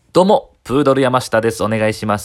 どうも、プードル山下です。お願いします。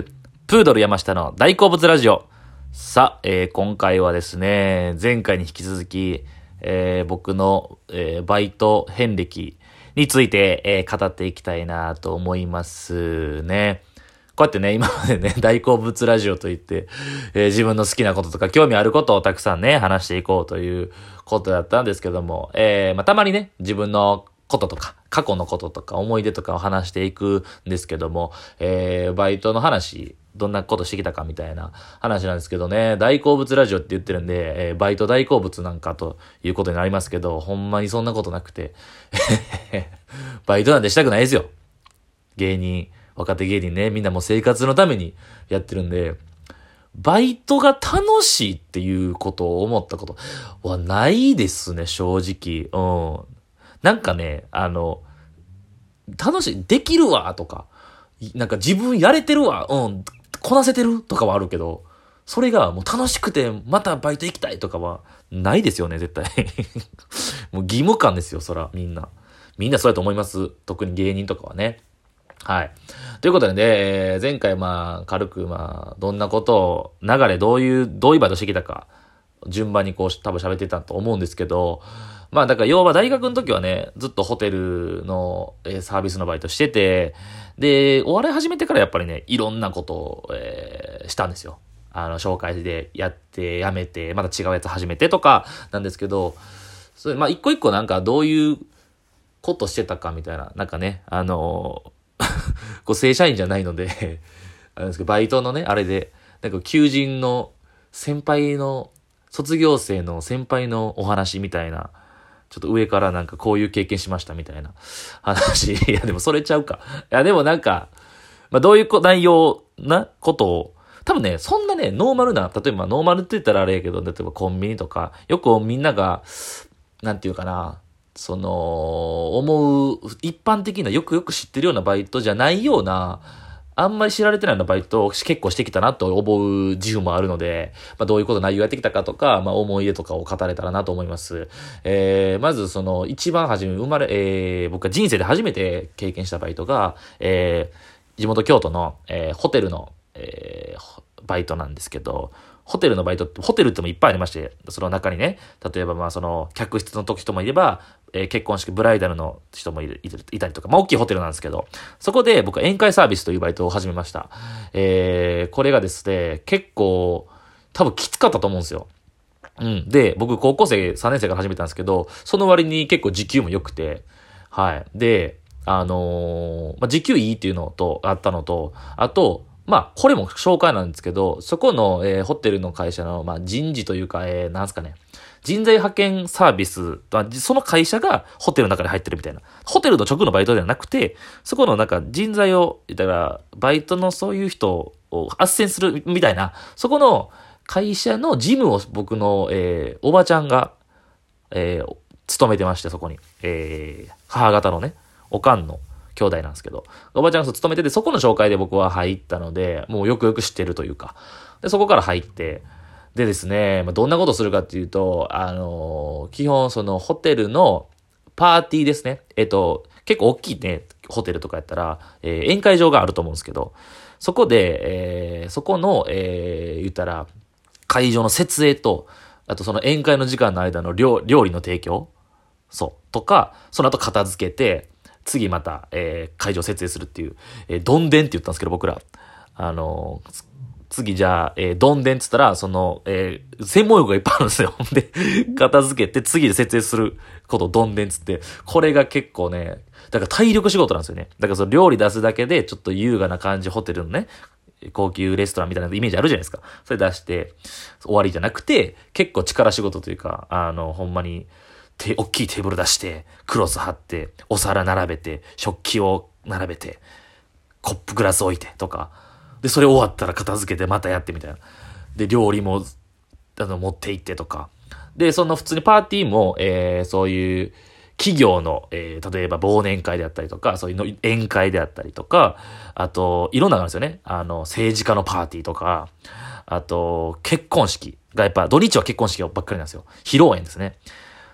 プードル山下の大好物ラジオ。さあ、今回はですね、前回に引き続き、僕の、バイト遍歴について、語っていきたいなと思いますね。こうやってね、今までね、大好物ラジオといって、自分の好きなこととか興味あることをたくさんね、話していこうということだったんですけども、たまにね、自分のこととか、過去のこととか、思い出とかを話していくんですけども、バイトの話、どんなことしてきたかみたいな話なんですけどね、大好物ラジオって言ってるんで、バイト大好物なんかということになりますけど、ほんまにそんなことなくて、バイトなんてしたくないですよ。芸人、若手芸人ね、みんなもう生活のためにやってるんで、バイトが楽しいっていうことを思ったことはないですね、正直。なんかね、楽しい、できるわとか、なんか自分やれてるわ、こなせてるとかはあるけど、それがもう楽しくてまたバイト行きたいとかはないですよね、絶対。もう義務感ですよ、そら、みんな。みんなそうやと思います。特に芸人とかはね。はい。ということでね、前回軽くどんなことを、どういうバイトしてきたか、順番にこう多分喋ってたと思うんですけど、だから要は大学の時はね、ずっとホテルの、サービスのバイトしてて、で、お笑い始めてからやっぱりね、いろんなことを、したんですよ。紹介でやって、やめて、また違うやつ始めてとかなんですけど、それ、一個一個なんかどういうことしてたかみたいな、なんかね、こう正社員じゃないのであれですけど、バイトのね、あれで、なんか求人の卒業生の先輩のお話みたいな、ちょっと上からなんかこういう経験しましたみたいな話。いや、でもそれちゃうか。いや、でもなんか、どういう内容なことを、多分ね、そんなね、ノーマルな、例えばノーマルって言ったらあれやけど、例えばコンビニとか、よくみんなが、なんていうかな、思う、一般的なよく知ってるようなバイトじゃないような、あんまり知られてないようなバイトを結構してきたなと思う自負もあるので、どういうこと内容やってきたかとか、思い出とかを語れたらなと思います。まず一番初め僕が人生で初めて経験したバイトが、地元京都の、ホテルの、バイトなんですけど、ホテルのバイトって、ホテルってもいっぱいありまして、その中にね、例えば客室の人もいれば、結婚式、ブライダルの人もいたりとか、大きいホテルなんですけど、そこで僕は宴会サービスというバイトを始めました。これがですね、結構、多分きつかったと思うんですよ。で、僕高校生3年生から始めたんですけど、その割に結構時給も良くて、はい。で、時給いいっていうのと、あったのと、あと、これも紹介なんですけど、そこの、ホテルの会社の、人事というか、なんすかね、人材派遣サービス、その会社がホテルの中に入ってるみたいな。ホテルの直のバイトではなくて、そこのなんか人材を、だから、バイトのそういう人を斡旋するみたいな、そこの会社の事務を僕の、おばちゃんが、勤めてまして、そこに。母方のね、おかんの兄弟なんですけど、おばちゃんが勤めてて、そこの紹介で僕は入ったので、もうよく知ってるというか。で、そこから入って、でですね、どんなことするかっていうと、基本ホテルのパーティーですね。結構大きいね、ホテルとかやったら、宴会場があると思うんですけど、そこで、そこの、言ったら、会場の設営と、あとその宴会の時間の間の料理の提供とか、その後片付けて、次また、会場設営するっていう、どんでんって言ったんですけど、僕ら。次じゃあ、どんでんって言ったら、専門用語がいっぱいあるんですよ。で、片付けて次で設営することをどんでんつって、これが結構ね、だから体力仕事なんですよね。だから料理出すだけで、ちょっと優雅な感じ、ホテルのね、高級レストランみたいなイメージあるじゃないですか。それ出して、終わりじゃなくて、結構力仕事というか、ほんまに、大きいテーブル出して、クロス貼って、お皿並べて、食器を並べて、コップグラス置いてとか、で、それ終わったら片付けてまたやってみたいな。で、料理も、持って行ってとか。で、普通にパーティーも、そういう、企業の、例えば忘年会であったりとか、そういうの宴会であったりとか、あと、いろんなのがあるんですよね。政治家のパーティーとか、あと、結婚式がやっぱ、土日は結婚式ばっかりなんですよ。披露宴ですね。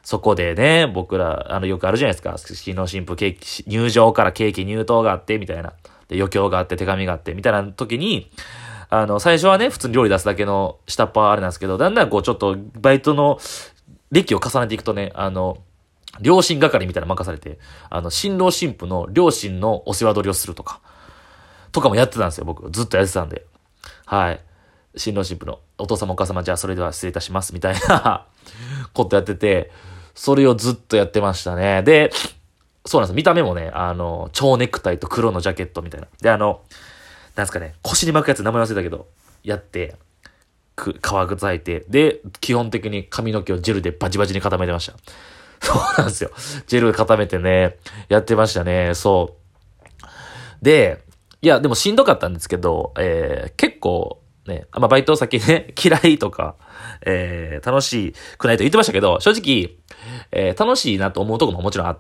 そこでね、僕ら、よくあるじゃないですか。新郎新婦ケーキ、入場からケーキ入刀があって、みたいな。で、余興があって、手紙があって、みたいな時に、最初はね、普通に料理出すだけの下っ端はあれなんですけど、だんだんこうちょっと、バイトの歴を重ねていくとね、両親係みたいなの任されて、新郎新婦の両親のお世話取りをするとかもやってたんですよ、僕。ずっとやってたんで。はい。新郎新婦のお父様お母様、じゃあそれでは失礼いたします、みたいなことやってて、それをずっとやってましたね。で、そうなんです。見た目もね、蝶ネクタイと黒のジャケットみたいな。で、なんですかね、腰に巻くやつ名前忘れたけど、やって、革靴履いて、で、基本的に髪の毛をジェルでバチバチに固めてました。そうなんですよ。ジェル固めてね、やってましたね。そう。で、いや、でもしんどかったんですけど、結構、ね、バイト先ね、嫌いとか、楽しくないと言ってましたけど、正直、楽しいなと思うとこももちろんあって、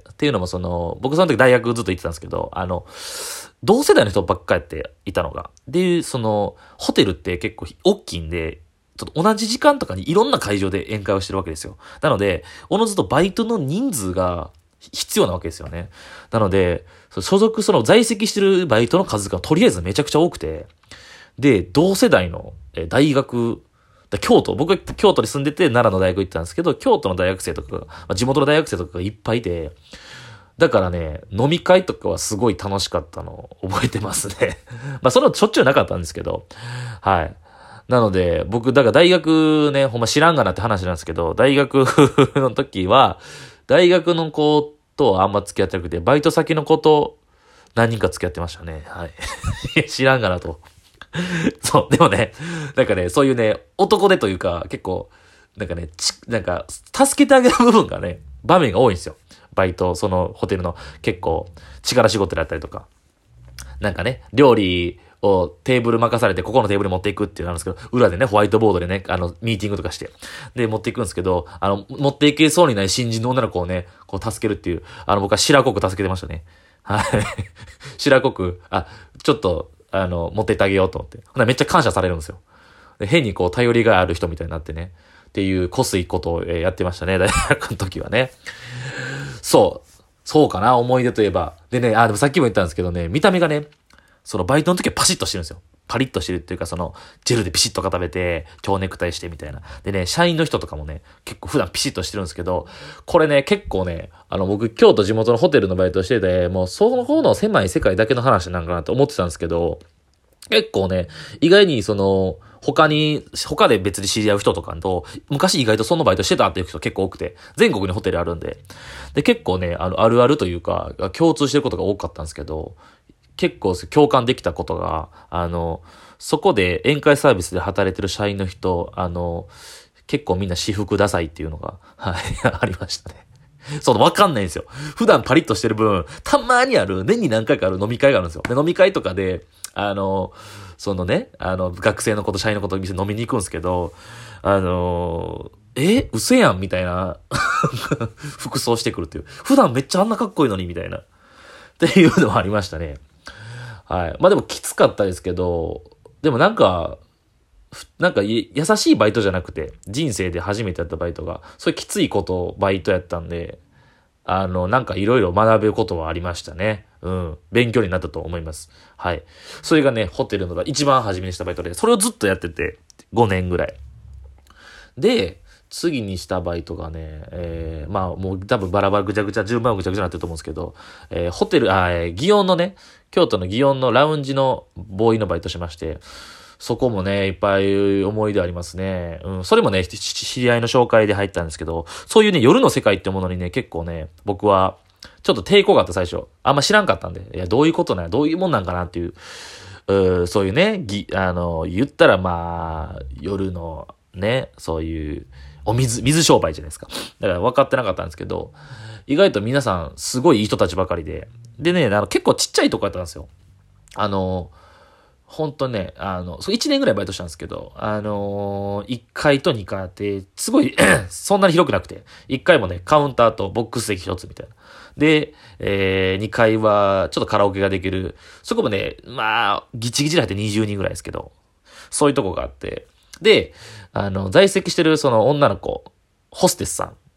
っていうのも僕その時大学ずっと行ってたんですけど、同世代の人ばっかりやっていたのが。で、ホテルって結構大きいんで、ちょっと同じ時間とかにいろんな会場で宴会をしてるわけですよ。なので、おのずとバイトの人数が必要なわけですよね。なので、在籍してるバイトの数がとりあえずめちゃくちゃ多くて、で、同世代の大学、僕は京都に住んでて奈良の大学行ったんですけど、京都の大学生とかが、地元の大学生とかがいっぱいで、だからね、飲み会とかはすごい楽しかったのを覚えてますね。それはしょっちゅうなかったんですけど、はい。なので、僕、だから大学ね、ほんま知らんがなって話なんですけど、大学の時は、大学の子とはあんま付き合ってなくて、バイト先の子と何人か付き合ってましたね。はい。知らんがなと。そう、でもね、なんかね、そういうね、男でというか、結構、なんかね、助けてあげる部分がね、場面が多いんですよ。バイト、ホテルの結構、力仕事だったりとか。なんかね、料理をテーブル任されて、ここのテーブルに持っていくっていうのなんですけど、裏でね、ホワイトボードでね、ミーティングとかして、で、持っていくんですけど、持っていけそうにない新人の女の子をね、こう助けるっていう、僕は白濃く助けてましたね。はい。白濃く、ちょっと、持ってってあげようと思って。ほんならめっちゃ感謝されるんですよ。で変にこう、頼りがある人みたいになってね。っていう、こすいことをやってましたね。大学の時はね。そうかな、思い出といえば。でね、でもさっきも言ったんですけどね、見た目がね、バイトの時はパシッとしてるんですよ。パリッとしてるっていうか、ジェルでピシッと固めて、蝶ネクタイしてみたいな。でね、社員の人とかもね、結構普段ピシッとしてるんですけど、これね、結構ね、僕、京都地元のホテルのバイトしてて、もうその方の狭い世界だけの話なんかなと思ってたんですけど、結構ね、意外に他で別に知り合う人とかと、昔意外とそのバイトしてたっていう人結構多くて、全国にホテルあるんで。で、結構ね、あるあるというか、共通してることが多かったんですけど、結構共感できたことが、そこで宴会サービスで働いてる社員の人、結構みんな私服ダサいっていうのが、はい、ありましたね。わかんないんですよ。普段パリッとしてる分、たまにある、年に何回かある飲み会があるんですよ。で、飲み会とかで、学生のこと、社員のこと店飲みに行くんですけど、嘘やんみたいな服装してくるっていう。普段めっちゃあんなかっこいいのにみたいな。っていうのはありましたね。はい。でもきつかったですけど、でも優しいバイトじゃなくて、人生で初めてやったバイトが、そういうきついバイトやったんで、いろいろ学ぶことはありましたね。うん。勉強になったと思います。はい。それがね、ホテルの一番初めにしたバイトで、それをずっとやってて、5年ぐらい。で、次にしたバイトがね、もう多分バラバラぐちゃぐちゃ、順番ぐちゃぐちゃになってると思うんですけど、ホテル、祇園のね、京都の祇園のラウンジのボーイのバイトしまして、そこもね、いっぱい思い出ありますね。うん。それもね、知り合いの紹介で入ったんですけど、そういうね、夜の世界ってものにね、結構ね、僕は、ちょっと抵抗があった最初。あんま知らんかったんで、いや、どういうことなんや、どういうもんなんかなっていう、そういうね、言ったら夜のね、そういう、水商売じゃないですか。だから分かってなかったんですけど、意外と皆さん、すごいいい人たちばかりで。でね、結構ちっちゃいとこやったんですよ。ほんとね、1年ぐらいバイトしたんですけど、1階と2階あって、すごいそんなに広くなくて、1階もね、カウンターとボックス席1つみたいな。で、2階は、ちょっとカラオケができる。そこもね、ギチギチで入って20人ぐらいですけど、そういうとこがあって。で、在籍してるその女の子、ホステスさん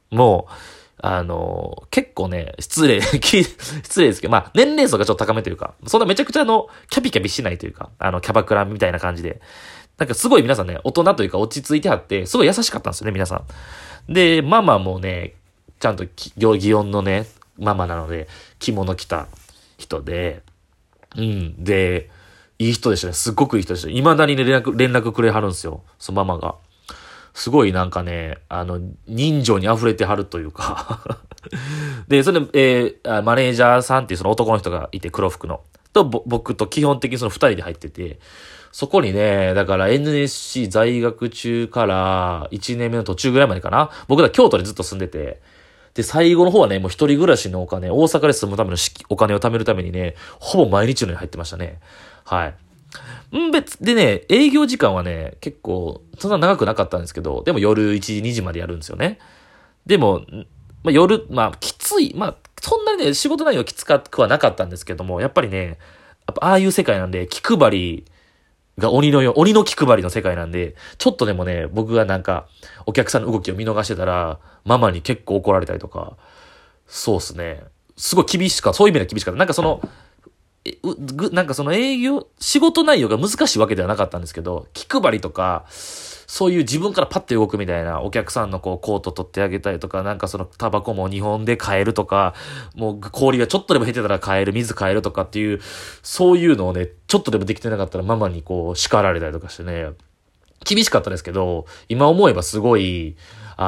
もう、結構ね、失礼ですけど、まあ、年齢層がちょっと高めというか、そんなめちゃくちゃキャピキャピしないというか、キャバクラみたいな感じで。なんかすごい皆さんね、大人というか落ち着いてはって、すごい優しかったんですよね、皆さん。で、ママもね、ちゃんと祇園のね、ママなので、着物着た人で、うん。で、いい人でしたね。すっごくいい人でした。未だにね、連絡くれはるんですよ。そのママが。すごいなんかね、人情に溢れてはるというかで、それで、マネージャーさんっていうその男の人がいて、黒服の。と、僕と基本的にその二人で入ってて、そこにね、だから NSC 在学中から1年目の途中ぐらいまでかな。僕ら京都でずっと住んでて、で、最後の方はね、もう一人暮らしのお金、大阪で住むためのお金を貯めるためにね、ほぼ毎日のように入ってましたね。はい。でね、営業時間はね、結構、そんな長くなかったんですけど、でも夜1時、2時までやるんですよね。でも、まあ、夜、まあ、きつい、まあ、そんなにね、仕事内容きつくはなかったんですけども、やっぱりね、やっぱああいう世界なんで、気配りが鬼の気配りの世界なんで、ちょっとでもね、僕がなんか、お客さんの動きを見逃してたら、ママに結構怒られたりとか、そうっすね。すごいそういう意味では厳しかった。なんかなんかその営業、仕事内容が難しいわけではなかったんですけど、気配りとか、そういう自分からパッて動くみたいな、お客さんのこうコート取ってあげたりとか、なんかそのタバコも日本で買えるとか、もう氷がちょっとでも減ってたら買える、水買えるとかっていう、そういうのをね、ちょっとでもできてなかったらママにこう叱られたりとかしてね、厳しかったですけど、今思えばすごい、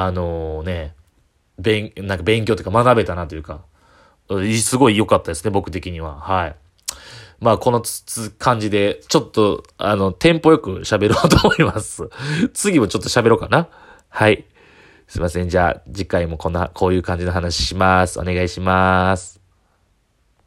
なんか勉強というか学べたなというか、すごい良かったですね、僕的には。はい。まあ、この感じで、ちょっと、テンポよく喋ろうと思います。次もちょっと喋ろうかな。はい。すいません。じゃあ、次回もこういう感じの話します。お願いします。